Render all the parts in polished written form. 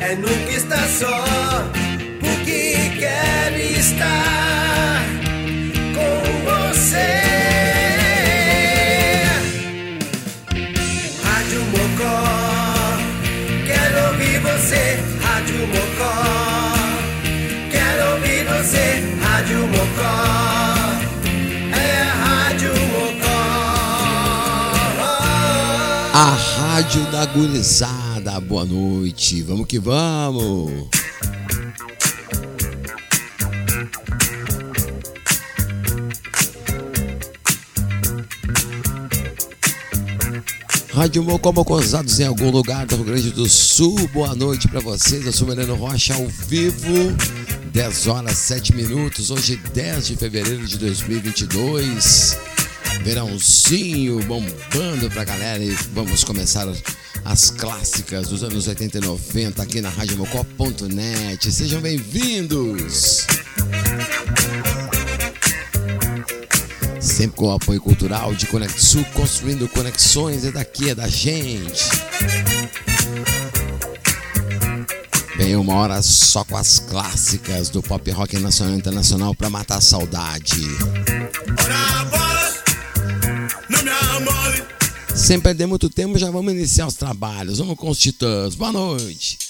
nunca estar só, porque quero estar com você. Rádio Mocó, quero ouvir você. Rádio Mocó, quero ouvir você. Rádio Mocó, é a Rádio Mocó. A rádio da gurizada, boa noite, vamos que vamos. Rádio Mocó, mocosados em algum lugar do Rio Grande do Sul, boa noite pra vocês, eu sou Mariano Rocha ao vivo, 10 horas 7 minutos, hoje 10 de fevereiro de 2022, verãozinho bombando pra galera e vamos começar as clássicas dos anos 80 e 90 aqui na radiomocó.net, sejam bem-vindos! Sempre com o apoio cultural de Conexul, construindo conexões, é daqui, é da gente. Bem, uma hora só com as clássicas do pop rock nacional e internacional pra matar a saudade. Sem perder muito tempo, já vamos iniciar os trabalhos. Vamos com os Titãs. Boa noite.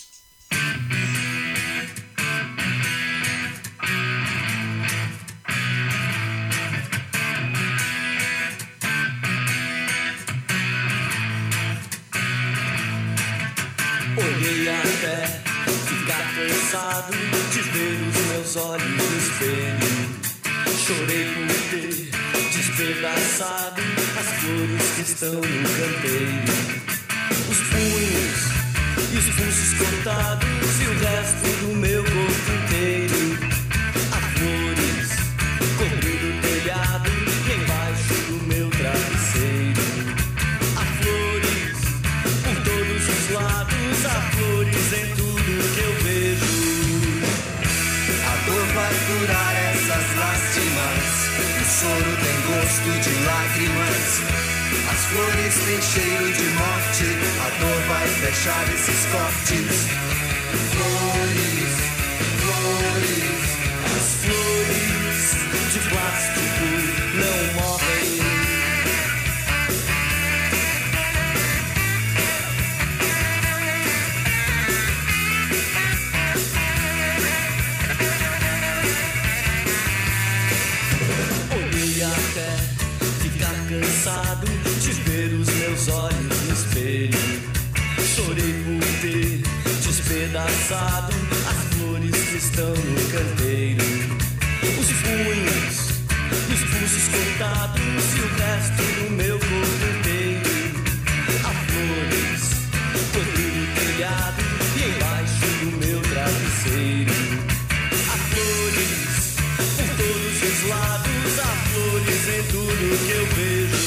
Olhei até ficar cansado de ver os meus olhos no espelho. Chorei por ter despedaçado as flores que estão no canteiro. Os punhos e os pulsos cortados e o resto do meu corpo inteiro. Há flores cobrindo o telhado e embaixo do meu travesseiro. Há flores por todos os lados, há flores em tudo que eu vejo. A dor vai curar essas lástimas, o choro tem gosto de lágrimas. As flores têm cheiro de morte, a dor vai fechar esses cortes. Flores, flores, as flores de plástico não morrem. Até ficar cansado de ver os meus olhos no espelho. Chorei por ter despedaçado as flores que estão no canteiro. Os punhos e os pulsos cortados e o resto do meu corpo inteiro. Há flores cobrindo o telhado e embaixo do meu travesseiro. Há flores por todos os lados, há flores em tudo que eu vejo.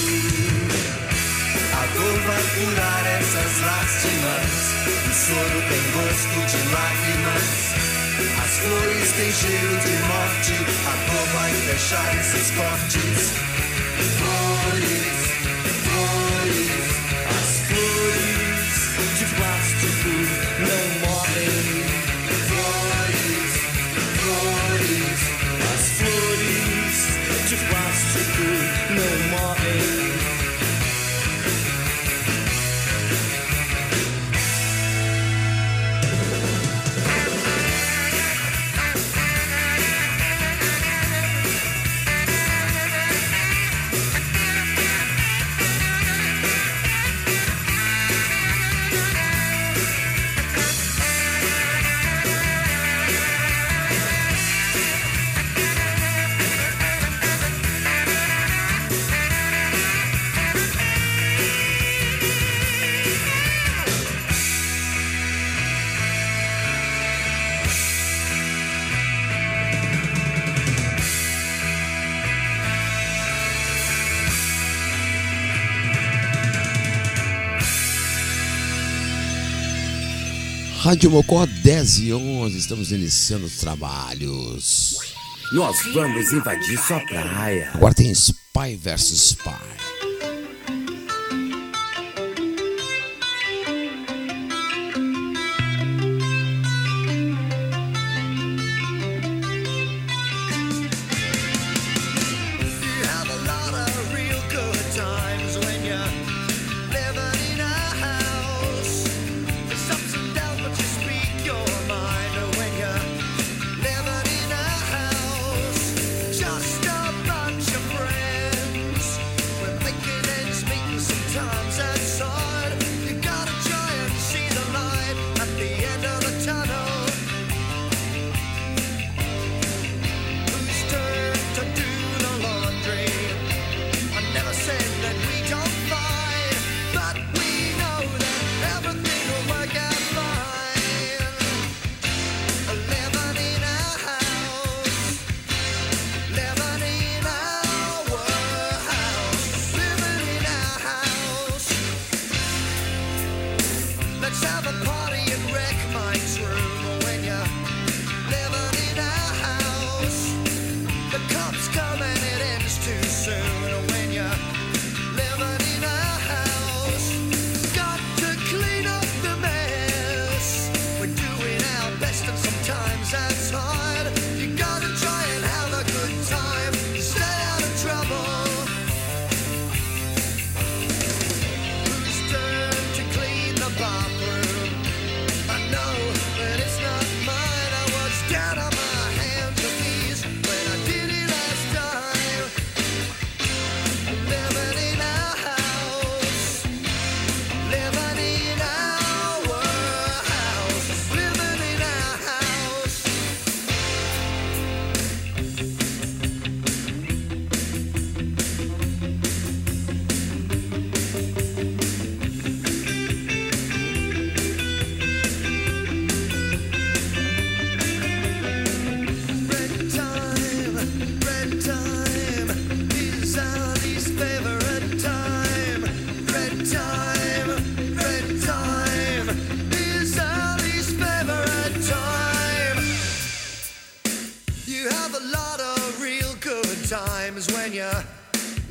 A dor vai curar essas lástimas, o choro tem gosto de lágrimas. As flores têm cheiro de morte, a dor vai fechar esses cortes. Flores, flores, as flores de plástico não morrem. Flores, flores, as flores de plástico não morrem. Rádio Mocó 10 e 11, estamos iniciando os trabalhos. Nós vamos invadir sua praia. Agora tem Spy vs Spy.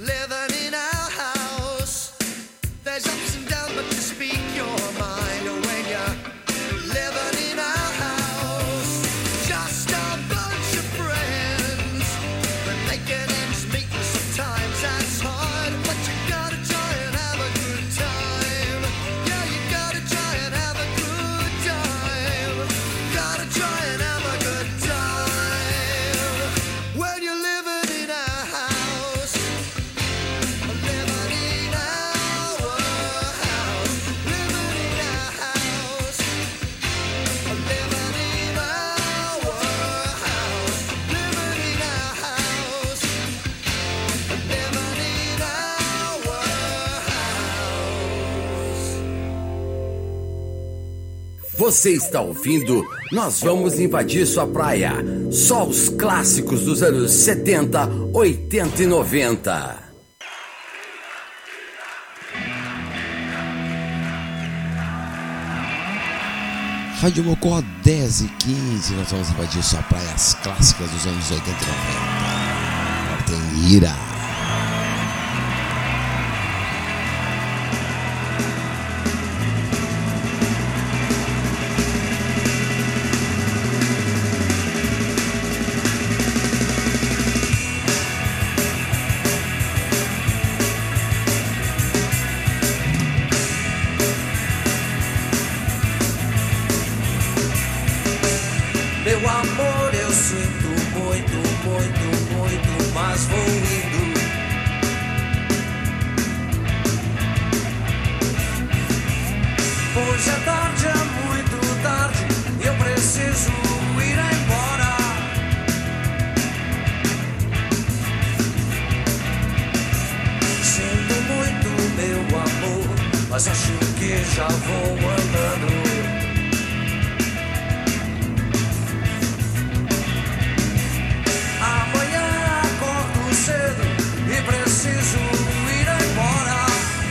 living in our house. There's ups and downs, but you speak your mind when you're living in our house. Just a bunch of friends, but making ends meet sometimes that's hard. But you gotta try and have a good time. Yeah, you gotta try and have a good time. Gotta try and have a good time when you're living in our house. Living in our house. Living in our house. Living in our house. Living in our house. Living in our house. Você está ouvindo Nós Vamos Invadir Sua Praia. Só os clássicos dos anos 70, 80 e 90. Rádio Mocó 10 e 15, nós vamos invadir sua praia, as clássicas dos anos 80 e 90. Agora tem Ira. Meu amor, eu sinto muito, muito, muito, mas vou indo. Hoje é tarde, é muito tarde, eu preciso ir embora. Sinto muito, meu amor, mas acho que já vou andando. E preciso ir embora.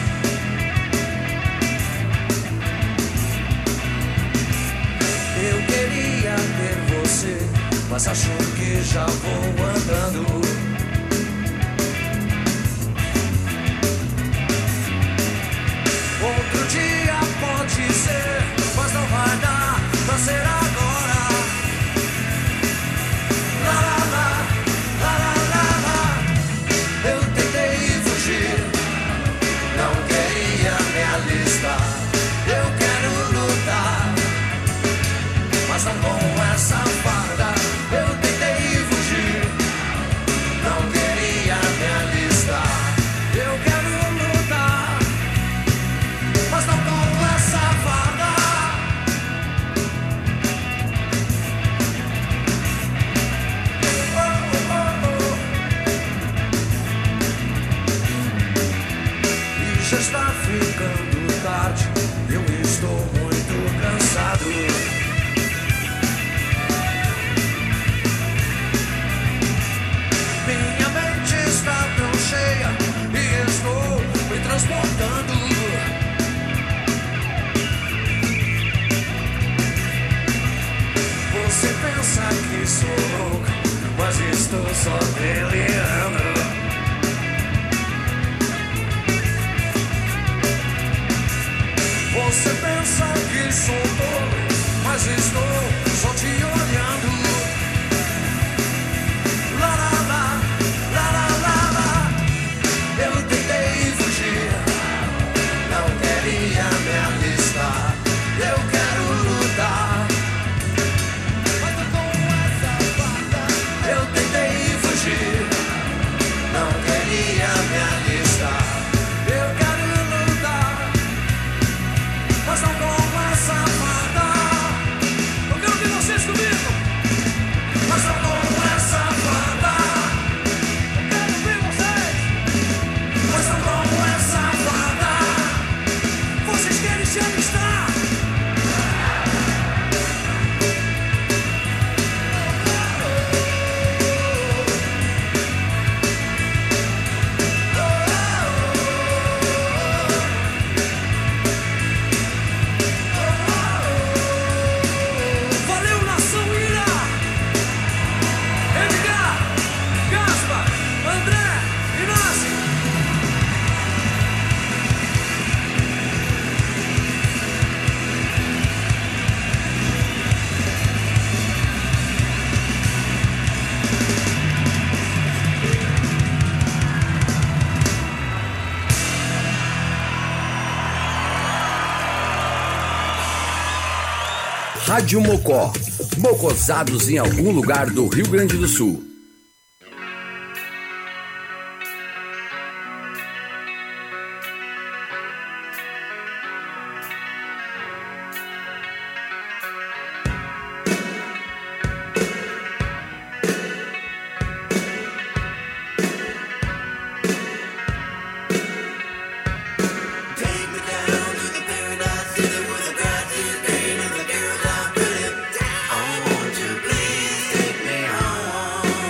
Eu queria ter você, mas acho que já vou andando. Outro dia pode ser, mas não vai dar pra ser agora. La la la, la la la la. Eu tentei fugir, não queria me alistar. Eu quero lutar, mas não com essa farda. Eu tentei fugir, não queria me alistar. Eu quero lutar, mas não com essa farda. Já está ficando tarde, eu estou muito cansado. Minha mente está tão cheia e estou me transportando. Você pensa que sou louco, mas estou só delirando. Você pensa que sou tolo, mas estou só te olhando. La la la, la la la la. Eu tentei fugir, não queria me alistar. Eu quero lutar, mas não com essa farda. Eu tentei fugir, não queria me alistar. Eu quero lutar, mas não com essa farda. Rádio Mocó. Mocosados em algum lugar do Rio Grande do Sul. Take me home.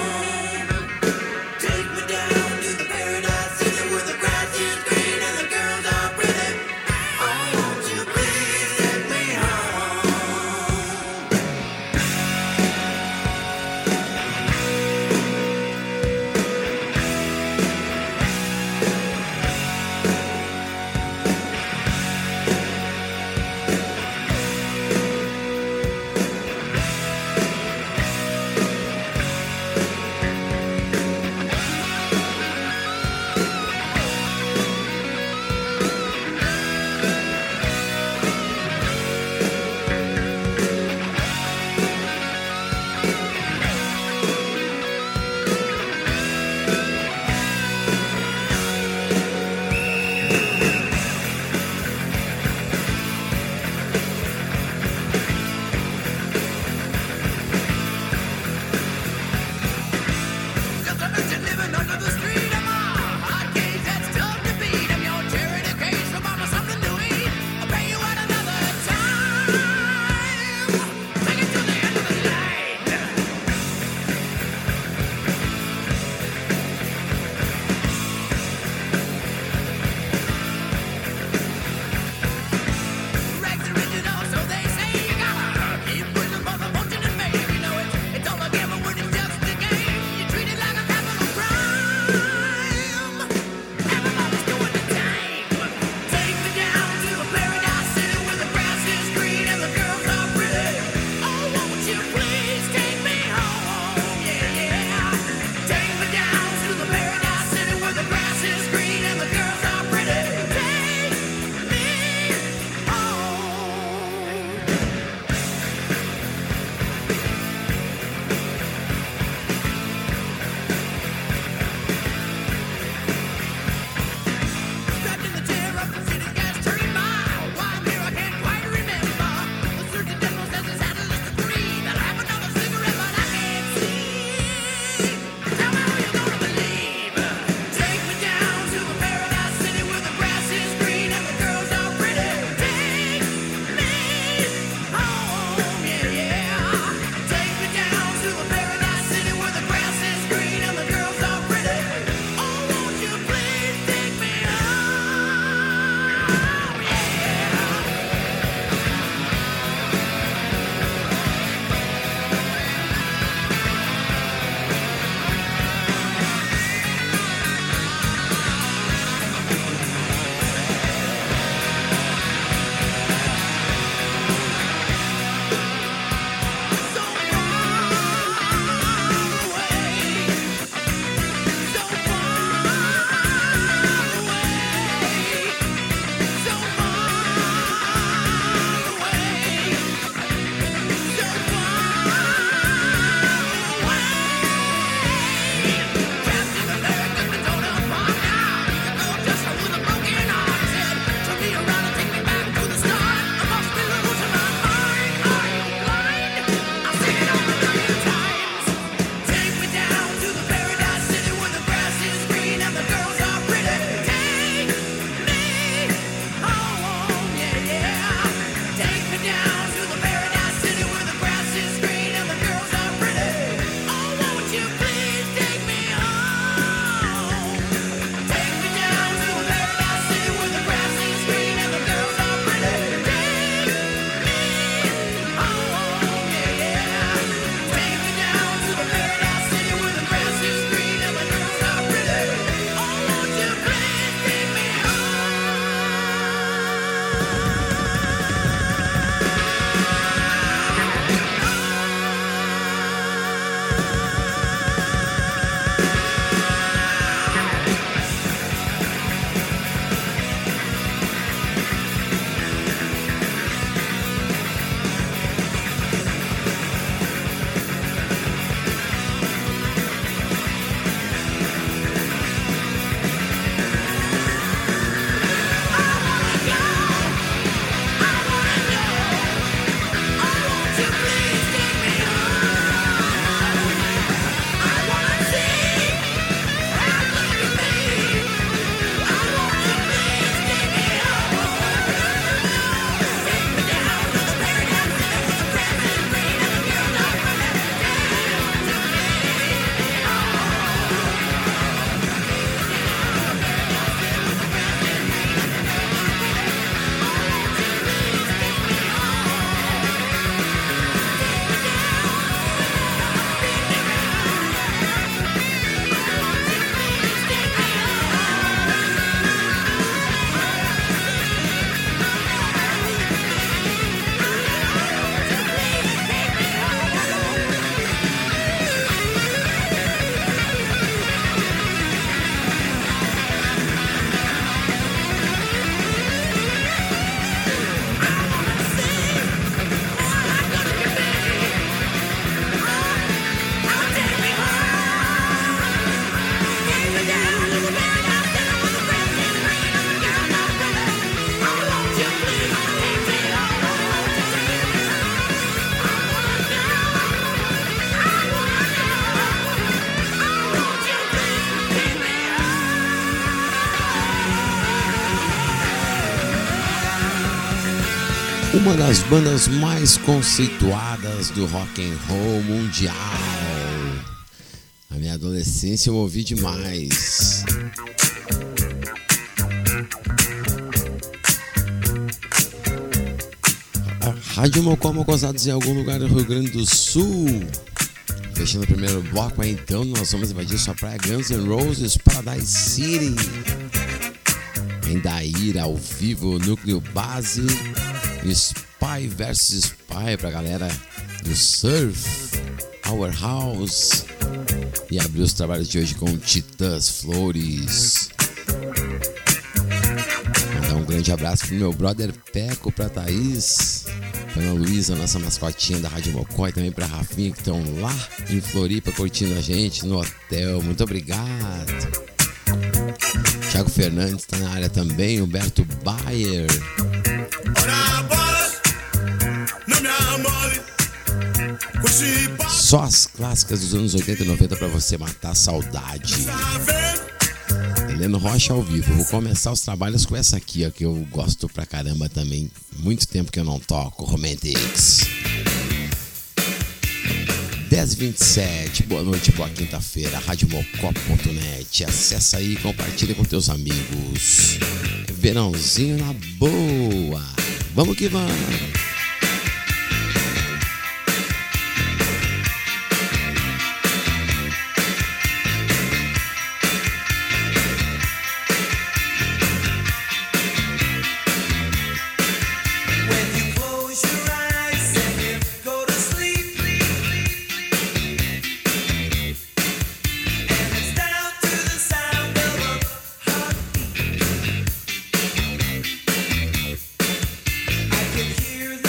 Uma das bandas mais conceituadas do rock and roll mundial. Na minha adolescência eu ouvi demais. A Rádio Mocó Mocosados em algum lugar do Rio Grande do Sul. Fechando o primeiro bloco aí, então nós vamos invadir sua praia Guns N' Roses, Paradise City. Em Daíra, ao vivo, Núcleo Base, Spy vs Spy pra galera do surf, Our House. E abrir os trabalhos de hoje com Titãs Flores. Mandar um grande abraço pro meu brother Peco, pra Thaís, pra Ana Luísa, nossa mascotinha da Rádio Mocó, e também pra Rafinha, que estão lá em Floripa curtindo a gente no hotel. Muito obrigado. Thiago Fernandes está na área também, Humberto Bayer. Só as clássicas dos anos 80 e 90 para você matar a saudade. Heleno Rocha ao vivo. Vou começar os trabalhos com essa aqui, ó, que eu gosto pra caramba também. Muito tempo que eu não toco, Romantics. 10h27, boa noite, boa quinta-feira, radiomocó.net. Acessa aí e compartilha com teus amigos. Verãozinho na boa. Vamos que vamos. Hear the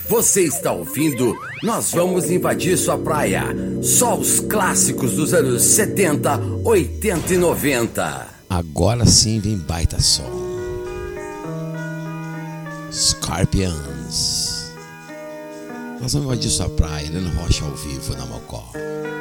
Você está ouvindo Nós Vamos Invadir Sua Praia. Só os clássicos dos anos 70, 80 e 90. Agora sim vem baita som. Scorpions. Nós vamos invadir sua praia, Leno Rocha ao vivo na Mocó.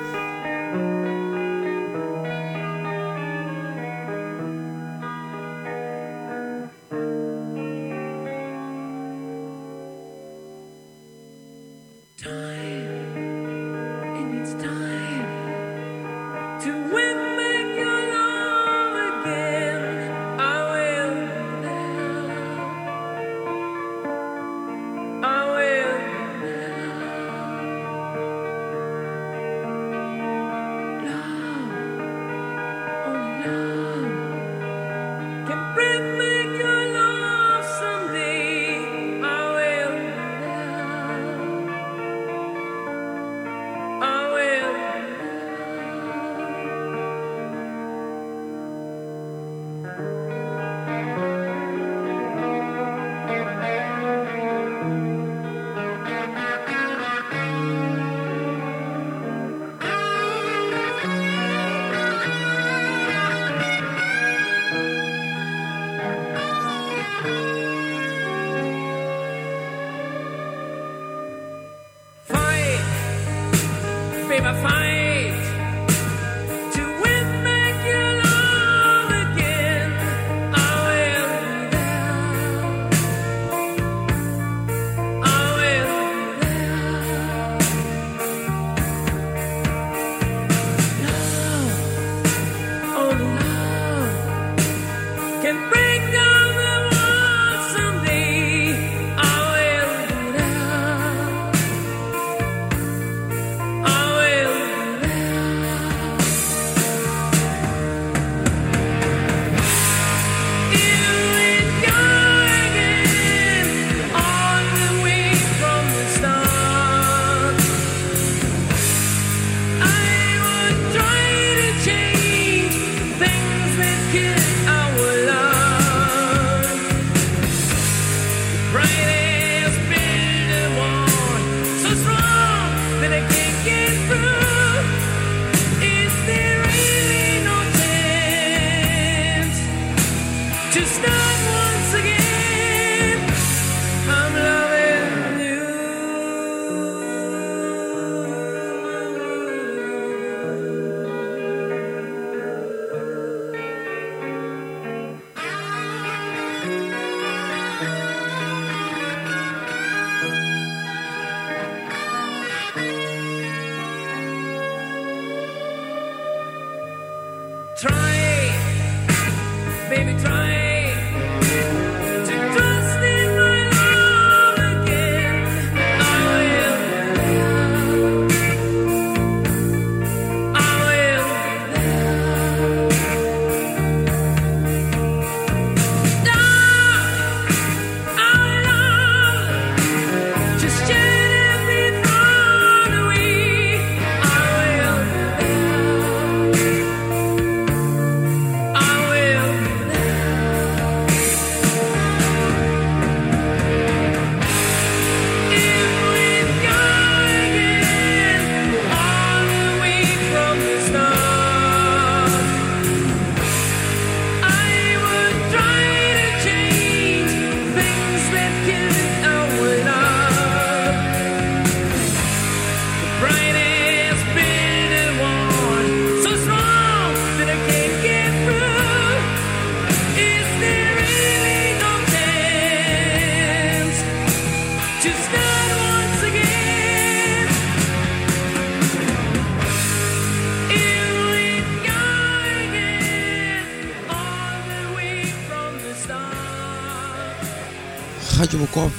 Rádio Mocó,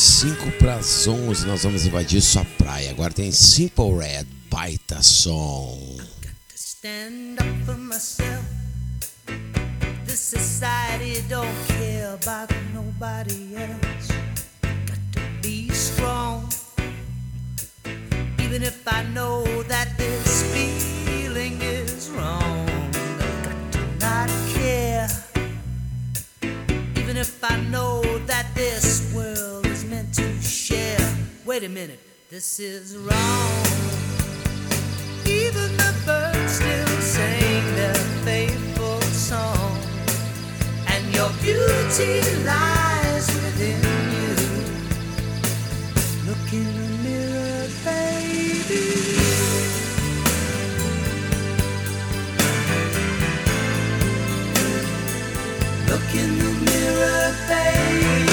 25 para as 11, nós vamos invadir sua praia. Agora tem Simple Red, baita som. Stand up for myself. This society don't care about nobody else. Got to be strong. Even if I know that this feeling is wrong. I've got to not care. Even if I know that this world is meant to share. Wait a minute, this is wrong. Even the birds still sing their faithful song, and your beauty lies within you. Look in the mirror, baby. Look in the mirror, baby.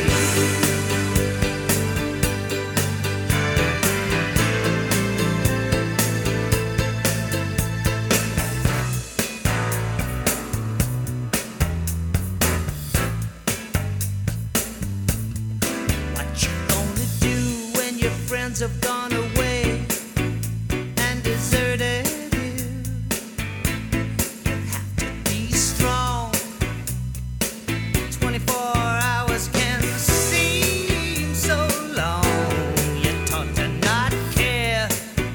Have gone away and deserted you. You have to be strong. 24 hours can seem so long. You're taught to not care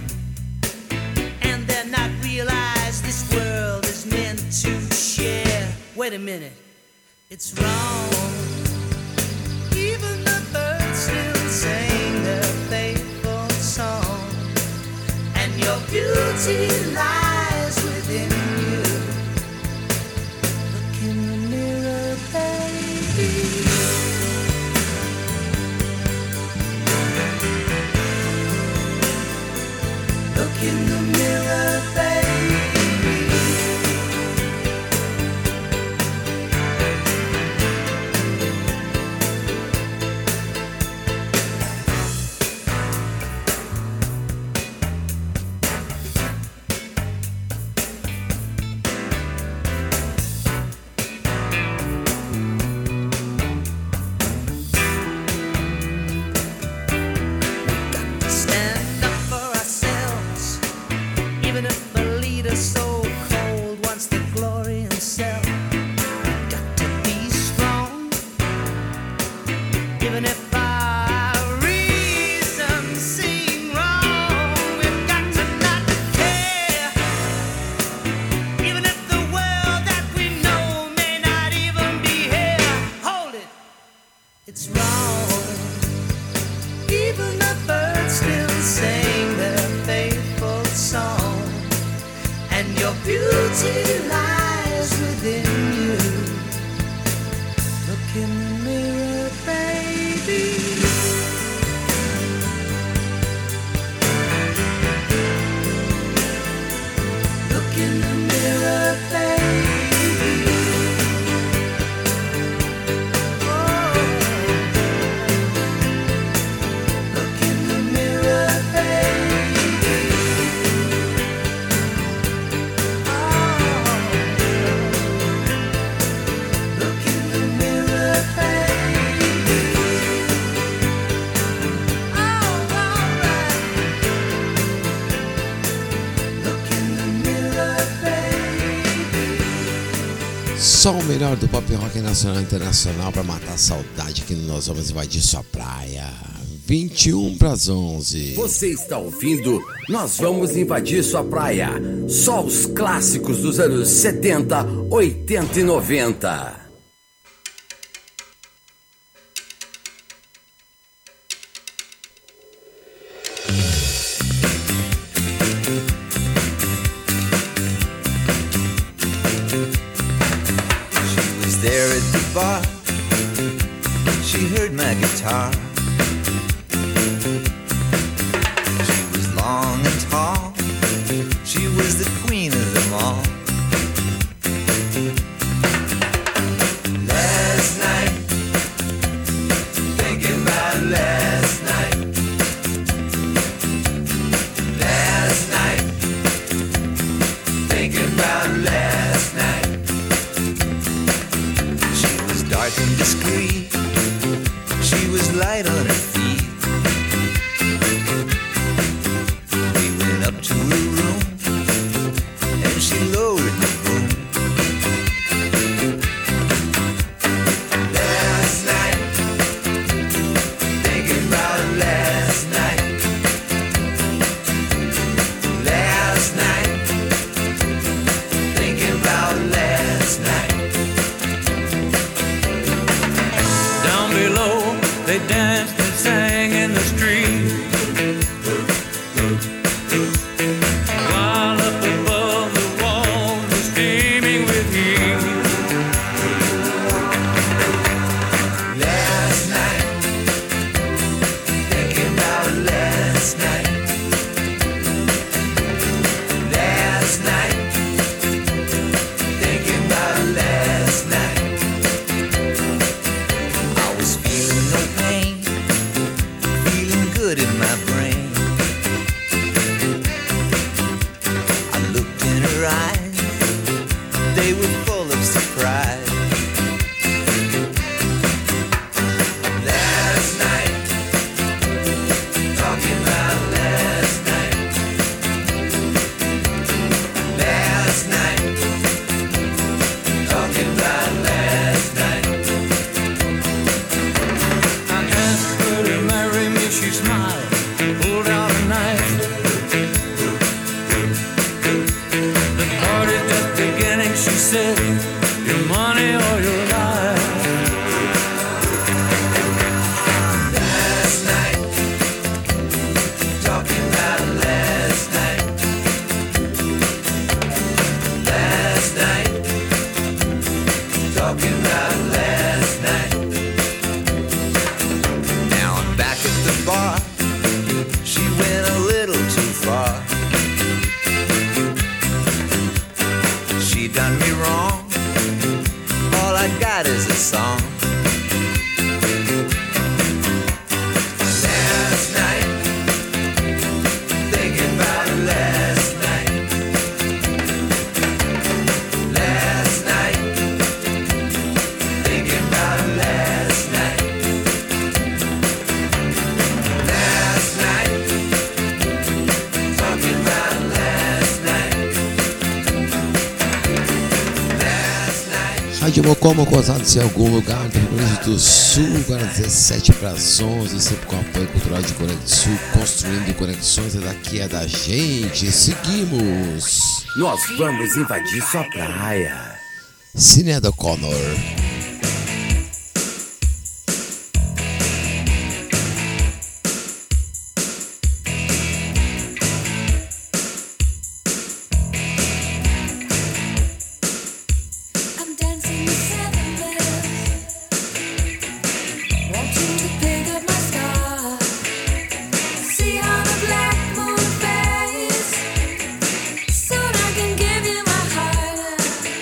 and then not realize this world is meant to share. Wait a minute, it's wrong. Even the birds still sing their faithful song, and your beauty lies within you. Look in the mirror, baby. Look in the mirror, baby. Só o melhor do pop rock nacional e internacional para matar a saudade que nós vamos invadir sua praia. 21 para as 11. Você está ouvindo Nós Vamos Invadir Sua Praia. Só os clássicos dos anos 70, 80 e 90. There at the bar, she heard my guitar. She was long and tall, she was the queen of them all. Last night, thinking about last night. Last night, thinking about last night. Dark and discreet, she was light smile, pulled out a knife. The party's just beginning, she said, your money or your life. Last night, talking about last night. Last night, talking about last night. Now I'm back at the bar. She went a little too far. She done me wrong. All I got is a song. Last night, thinking about last night. Last night, thinking about last night. Last night, talking about last night. Last night. Rádio Mocomo, gozados em algum lugar do Rio Grande do Sul, agora 17 para as 11, sempre com apoio cultural de Coreia do Sul, construindo conexões, daqui é da gente. Seguimos. Nós vamos invadir sua praia. Sinéad O'Connor. I'm dancing with seven bells, wanting to pick up my scar. See how the black moon fades, soon I can give you my heart.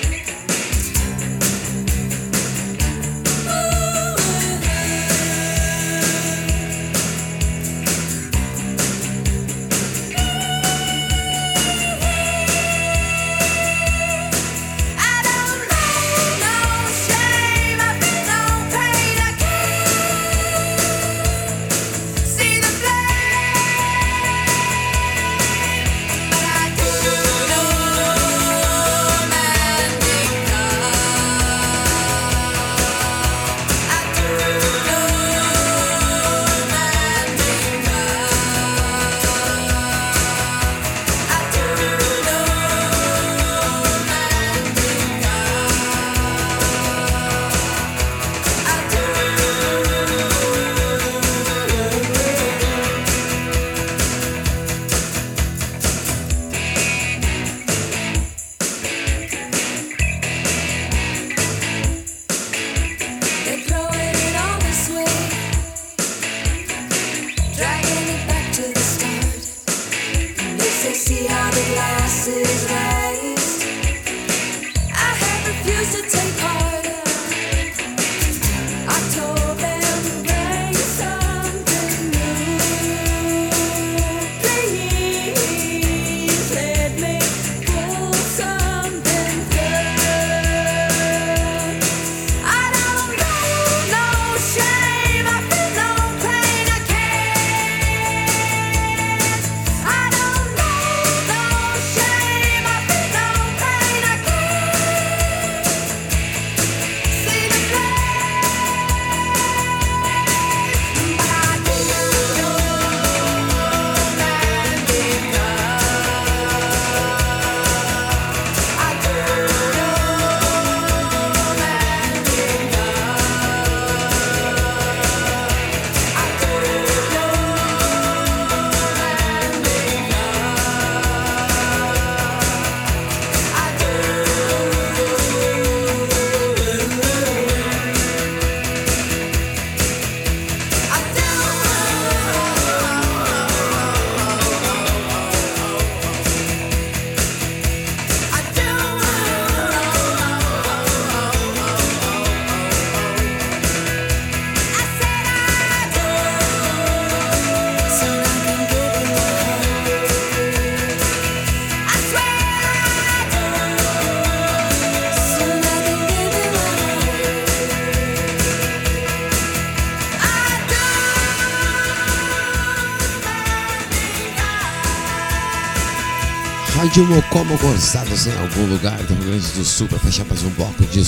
Rádio Mocomo, gozados em algum lugar do Rio Grande do Sul, para fechar mais um bloco de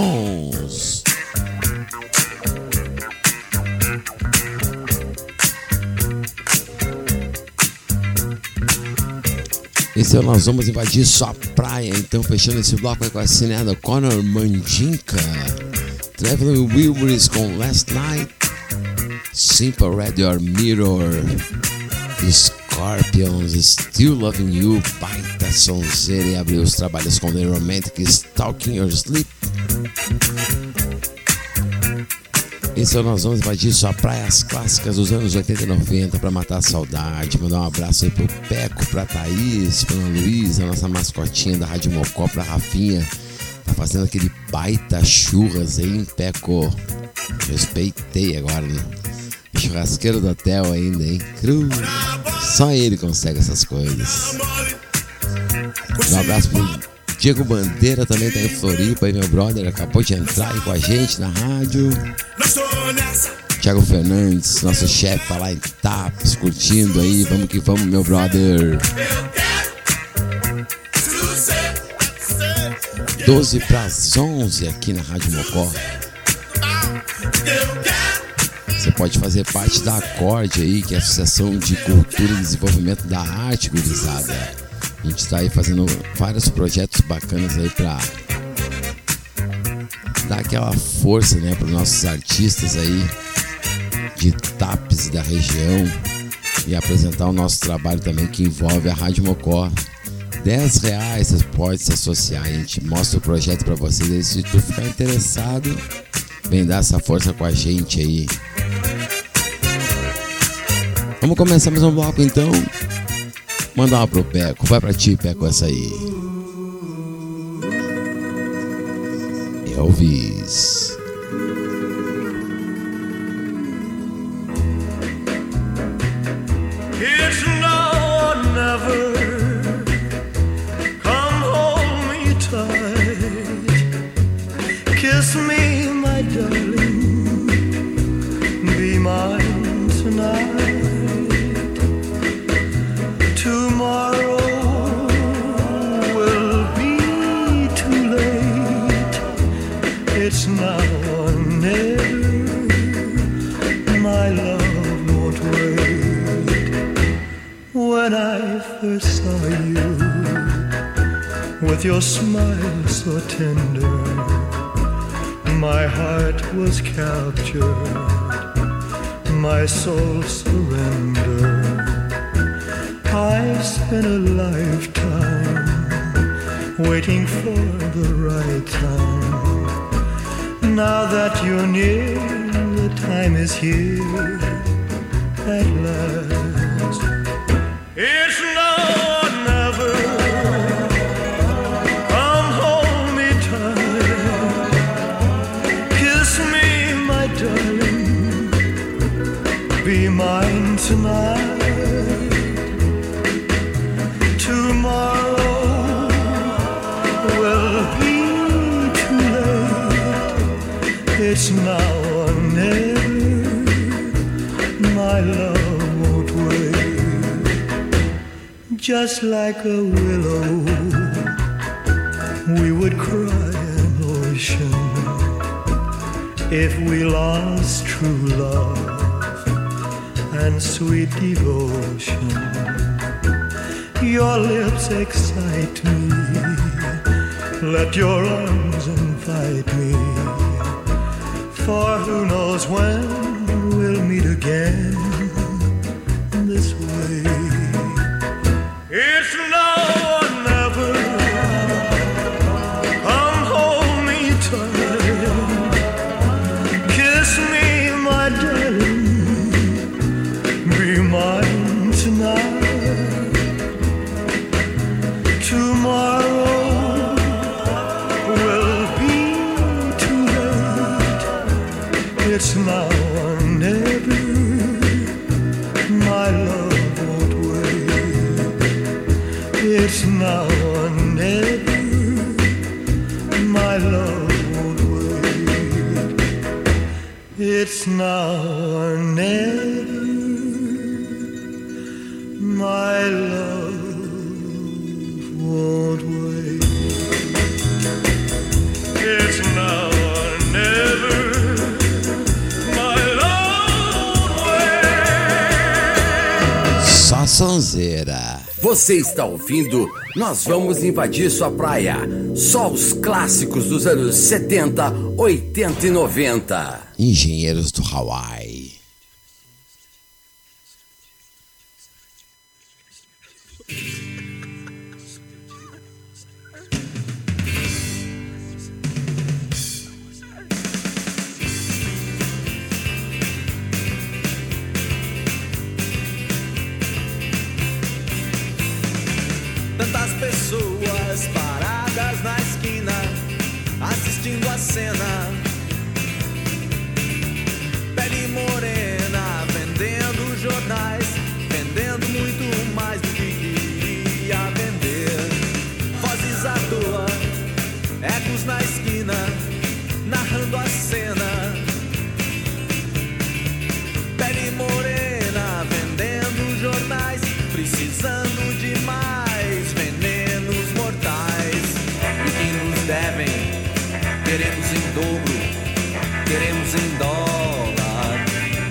sons. Esse ano nós vamos invadir sua praia. Então, fechando esse bloco aí com a assinada Conor Mandinka, Traveling Wilburys com Last Night, Simple Red Your Mirror, Scorpions, Still Loving You, baita sonzeira, e abriu os trabalhos com The Romantic, Stalking Your Sleep. Esse ano nós vamos invadir sua praia, as clássicas dos anos 80 e 90 pra matar a saudade. Mandar um abraço aí pro Peco, pra Thaís, pra Ana Luísa, nossa mascotinha da Rádio Mocó, pra Rafinha. Tá fazendo aquele baita churras aí, hein, Peco? Respeitei agora, né? Churrasqueiro do hotel ainda, hein? Cruz. Só ele consegue essas coisas. Um abraço pro Diego Bandeira, também tá em Floripa, aí meu brother, acabou de entrar aí com a gente na rádio. Thiago Fernandes, nosso chefe, tá lá em Taps, curtindo aí, vamos que vamos, meu brother. 12 para as 11 aqui na Rádio Mocó. Você pode fazer parte da Acorde aí, que é a Associação de Cultura e Desenvolvimento da Arte, gurizada. A gente está aí fazendo vários projetos bacanas aí para dar aquela força, né, para os nossos artistas aí de Tapes da região e apresentar o nosso trabalho também, que envolve a Rádio Mocó. R$10 você pode se associar, a gente mostra o projeto para vocês aí. Se tu ficar interessado, vem dar essa força com a gente aí. Vamos começar mais um bloco então. Manda uma pro Peco, vai pra ti, Peco, essa aí. Elvis. It's now or never. Come hold me tight. Kiss me, my darling. Be mine tonight. Tomorrow will be too late. It's now or never. My love won't wait. When I first saw you, with your smile so tender, my heart was captured, my soul surrendered. I've spent a lifetime waiting for the right time. Now that you're near, the time is here at last. It's now or never. Come hold me tight. Kiss me, my darling. Be mine tonight. Tomorrow will be too late. It's now or never. My love won't wait. Just like a willow, we would cry an ocean if we lost true love and sweet devotion. Your lips excite me, let your arms invite me, for who knows when we'll meet again this way. It's now or never. Come hold me tight. Kiss me, my darling. Be mine tonight. Tomorrow will be too late. It's now or never. My love won't wait. It's now or never. My love won't wait. It's now or never. My love won't wait. It's now or never. My love won't wait. Só sonzeira. Você está ouvindo Nós Vamos Invadir Sua Praia. Só os clássicos dos anos 70, 80 e 90. Engenheiros do Hawaii. Tantas pessoas paradas na esquina, assistindo a cena. Pele morena, vendendo jornais, vendendo muito mais do que queria vender. Vozes à toa, ecos na esquina, narrando a cena. Pele morena, vendendo jornais, precisando de mais venenos mortais. O que nos devem, queremos em dobro, queremos em dólar.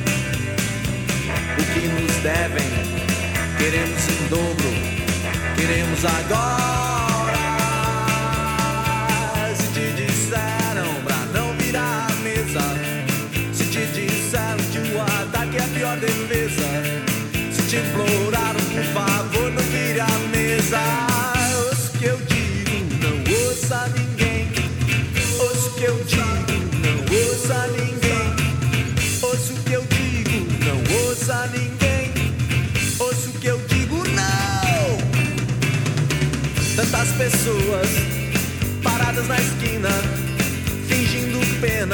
O que nos devem, queremos em dobro, queremos agora. Se te disseram pra não virar a mesa, se te disseram que o ataque é a pior defesa, se te imploraram por favor não vire a mesa, ouça o que eu digo, não ouça ninguém. Ouça o que eu digo, não ouça ninguém. Ouça o que eu digo, não ouça ninguém. Ouça o que eu digo, não. Tantas pessoas paradas na esquina, fingindo pena.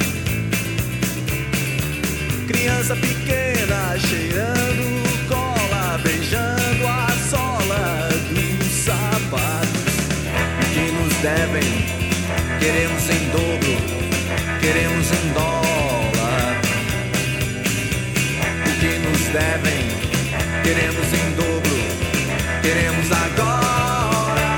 Criança pequena cheirando cola, beijando a sola dos sapatos. O que nos devem, queremos em dobro, queremos em dólar. O que nos devem, queremos em dobro, queremos agora.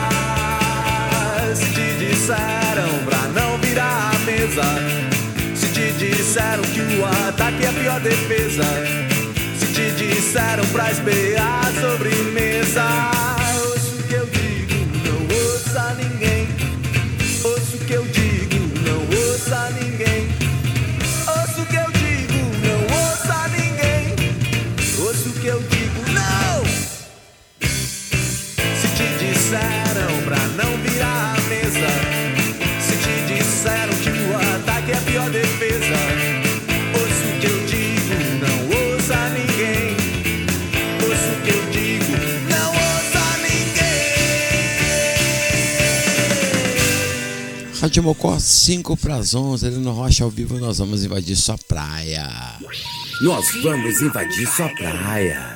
Se te disseram pra não virar a mesa, se te disseram que o ataque é a pior defesa, se te disseram pra espear a sobremesa, ouça o que eu digo, não ouça ninguém. Ouça o que eu digo, não ouça ninguém. Ouça o que eu digo, não ouça ninguém. Ouça o que eu digo, não. Se te disseram pra não virar a mesa, se te disseram que o ataque é a pior defesa, ouça o que eu digo, não ouça ninguém. Ouça o que eu digo, não ouça ninguém. Rádio Mocó, 5 para as 11, ali no Rocha ao vivo, nós vamos invadir sua praia. Nós vamos invadir sua praia.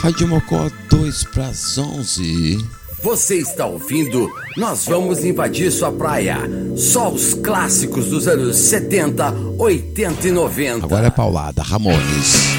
Rádio Mocó 2 para as 11. Você está ouvindo Nós Vamos Invadir Sua Praia. Só os clássicos dos anos 70, 80 e 90. Agora é paulada, Ramones.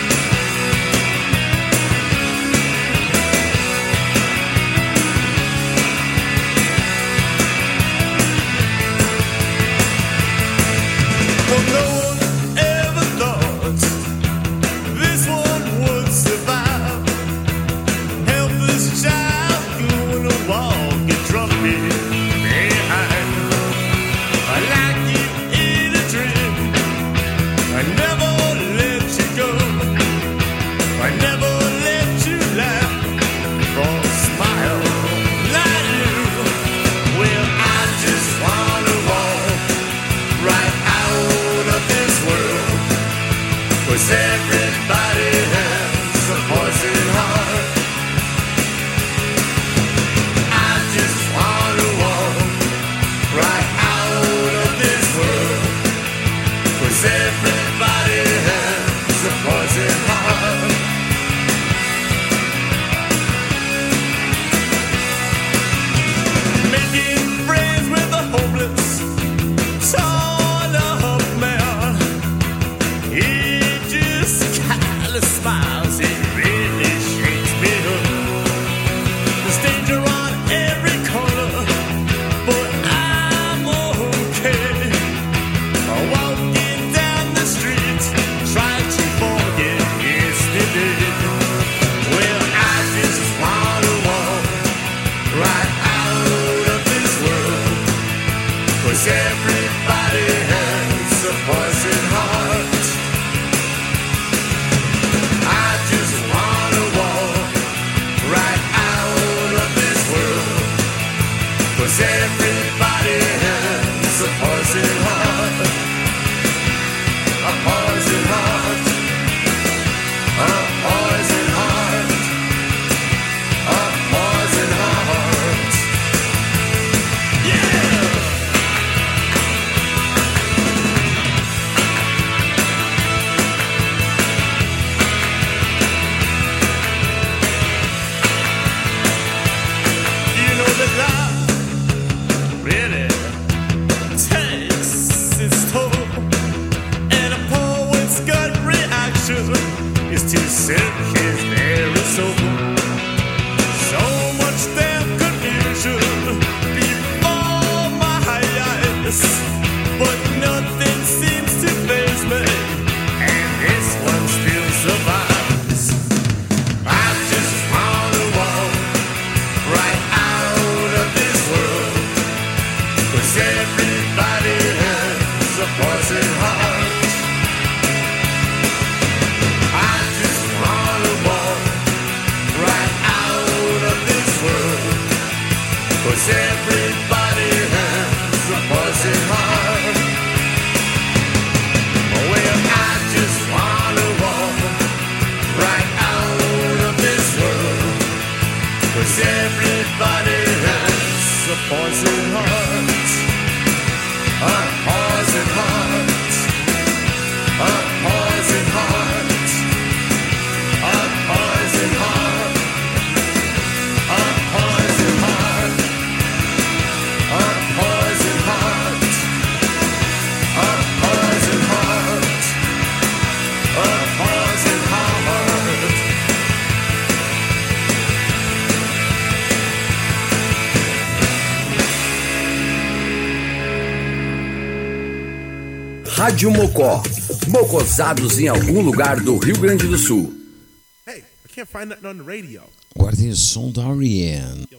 Rádio Mocó. Mocosados em algum lugar do Rio Grande do Sul. Hey, I can't find nothing on the radio. Agora tem o som da R.E.M.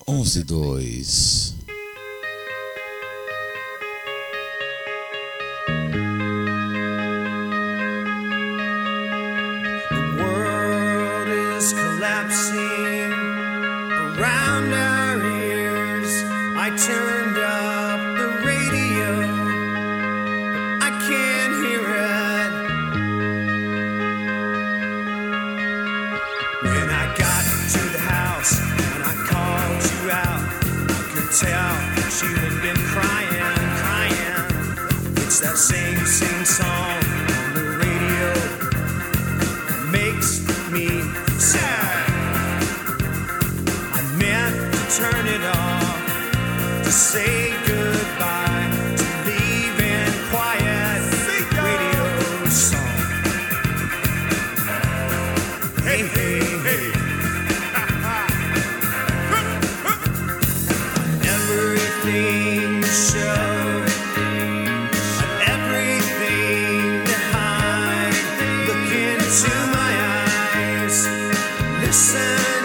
11-2. The world is collapsing around our ears. I turned up the radio, but I can't hear it. When I got to the house and I called you out, I could tell that you had been crying, crying. It's that same song on the radio. Makes me sad. turn it off, to say goodbye, to leave in quiet radio song. Hey, hey, hey. Everything to show, everything to hide. Look into my eyes, listen.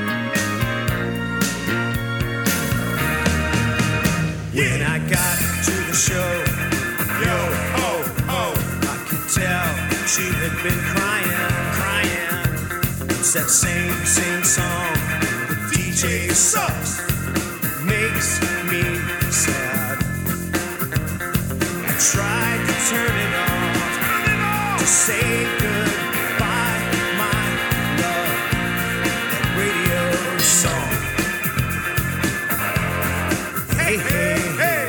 When I got to the show, yo, ho, ho, I could tell she had been crying, crying. It's that same song, the DJ sucks, makes me sad. I tried to turn it off, to say goodbye, my love, that radio song. Hey, hey, hey.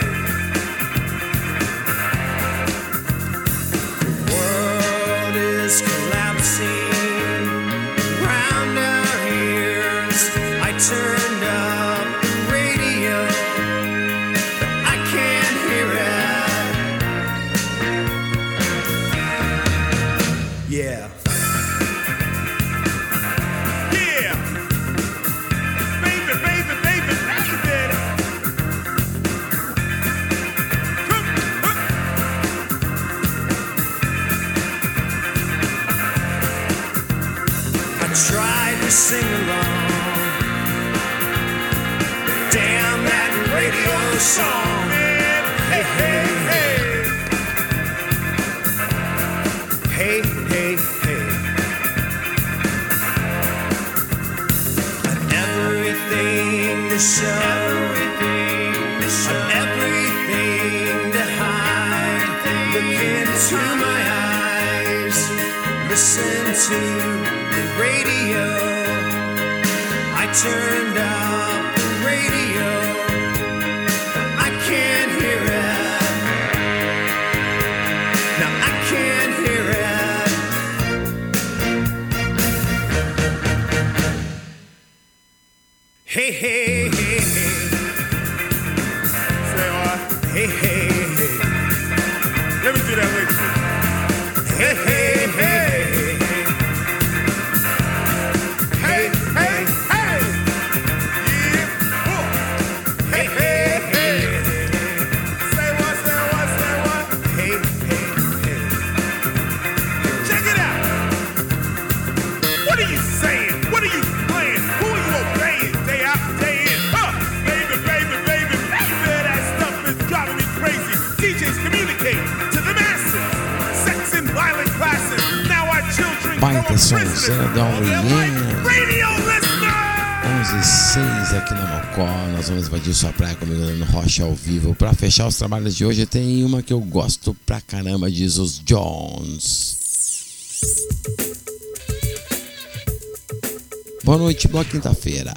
The world is collapsing round our ears. I turned up the radio, but I can't hear it. Yeah. Yeah. Baby, baby, baby, baby. I tried to sing along. Damn that radio song. Hey, hey, hey. Hey, hey, hey. And everything to show, and everything to hide. Look into my eyes, listen to the radio. I turned up the radio, I can't hear it. Now I can't hear it. Hey, hey, hey, hey. Say what? Hey, hey, hey. Let me do that with you. Hey, hey, hey. Hey, hey, hey. Yeah. Oh. Hey, hey, hey. Say what, say what, say what? Hey, hey, hey. Check it out. What are you saying? What are you playing? Who are you obeying day after day in? Baby, baby, baby, baby. That stuff is driving me crazy. DJs communicate to the masses. Sex and violent classes. Now our children Baita go som, prisoners Cidadão of their life. William. Radio listener! 11:06 aqui na Mocó. Nós vamos invadir sua praia comigo no Rocha ao vivo. Pra fechar os trabalhos de hoje, tem uma que eu gosto pra caramba, diz os Jones. Boa noite, boa quinta-feira.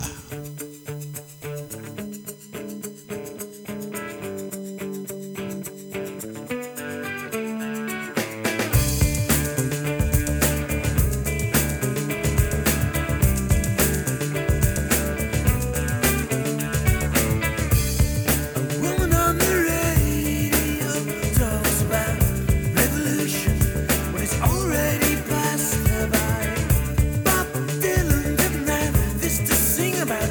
Woman on the radio talks about revolution when it's already passed her by. Bob Dylan didn't have this to sing about.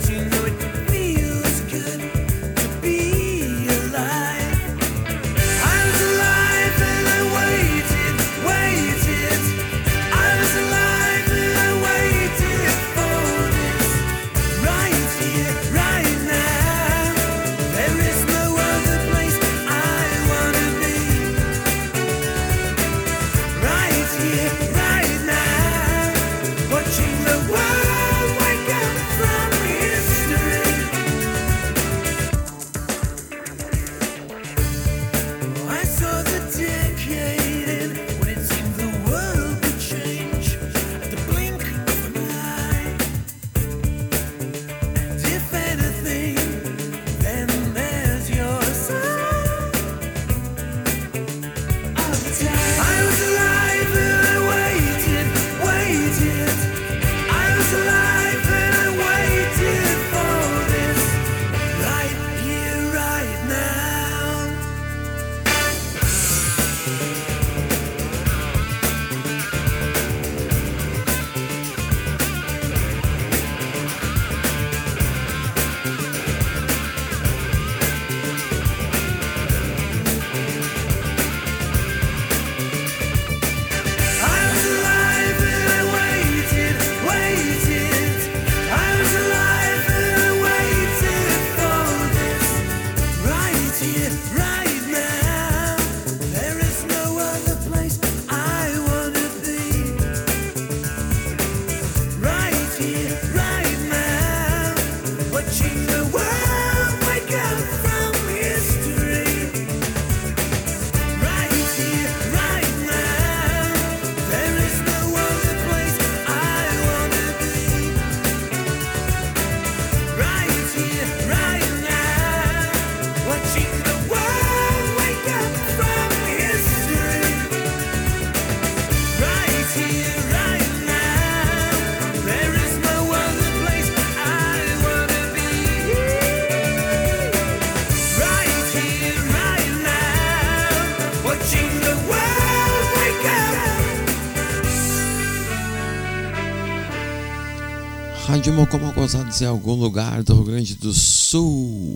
Rádio Mocó Mocosados em algum lugar do Rio Grande do Sul.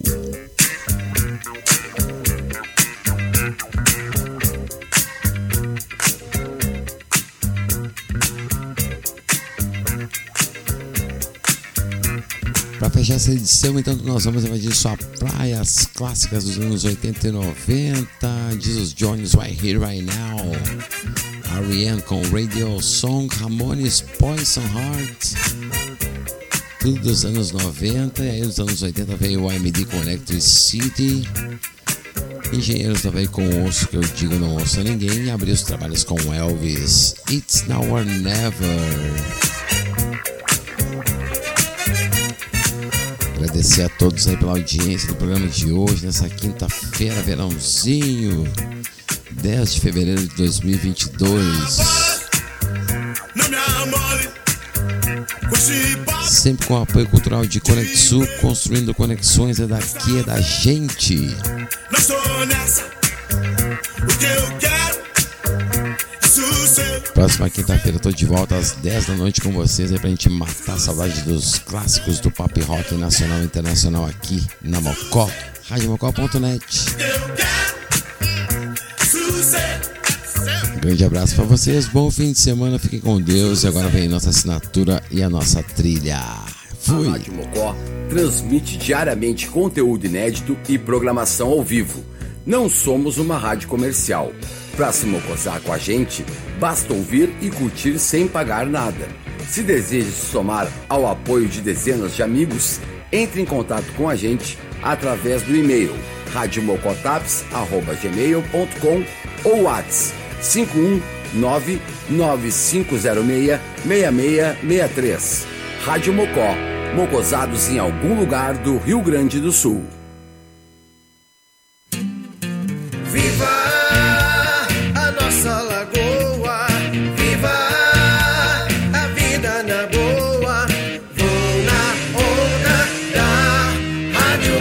Para fechar essa edição, então, nós vamos invadir só praias clássicas dos anos 80 e 90. Jesus Jones, Right Here, Right Now. R.E.M. com Radio Song, Ramones, Poison Heart. Tudo dos anos 90. E aí nos anos 80 veio o AMD com Electricity. Engenheiros da Veio com Osso, que eu digo não ouço a ninguém. E abriu os trabalhos com Elvis, It's Now or Never. Agradecer a todos aí pela audiência do programa de hoje, nessa quinta-feira, verãozinho, 10 de fevereiro de 2022. Sempre com o apoio cultural de Conexul, construindo conexões, é daqui, é da gente. Próxima quinta-feira eu tô de volta às 10 da noite com vocês aí pra gente matar a saudade dos clássicos do pop rock nacional e internacional aqui na Mocó, radiomocó.net. Um grande abraço pra vocês, bom fim de semana, fiquem com Deus. E agora vem nossa assinatura e a nossa trilha. Fui! A Rádio Mocó transmite diariamente conteúdo inédito e programação ao vivo. Não somos uma rádio comercial. Para se mocosar com a gente, basta ouvir e curtir sem pagar nada. Se deseja se somar ao apoio de dezenas de amigos, entre em contato com a gente através do e-mail radiomocotaps@gmail.com ou WhatsApp 51995066663. Rádio Mocó, mocosados em algum lugar do Rio Grande do Sul. Viva a nossa lagoa, viva a vida na boa. Vou na onda da Rádio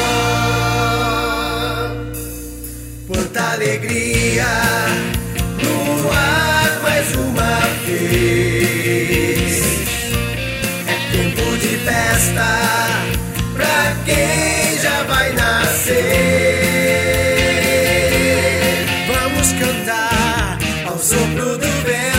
Mocó. Quanta alegria no ar mais uma vez. É tempo de festa pra quem já vai nascer. Cantar ao sopro do vento.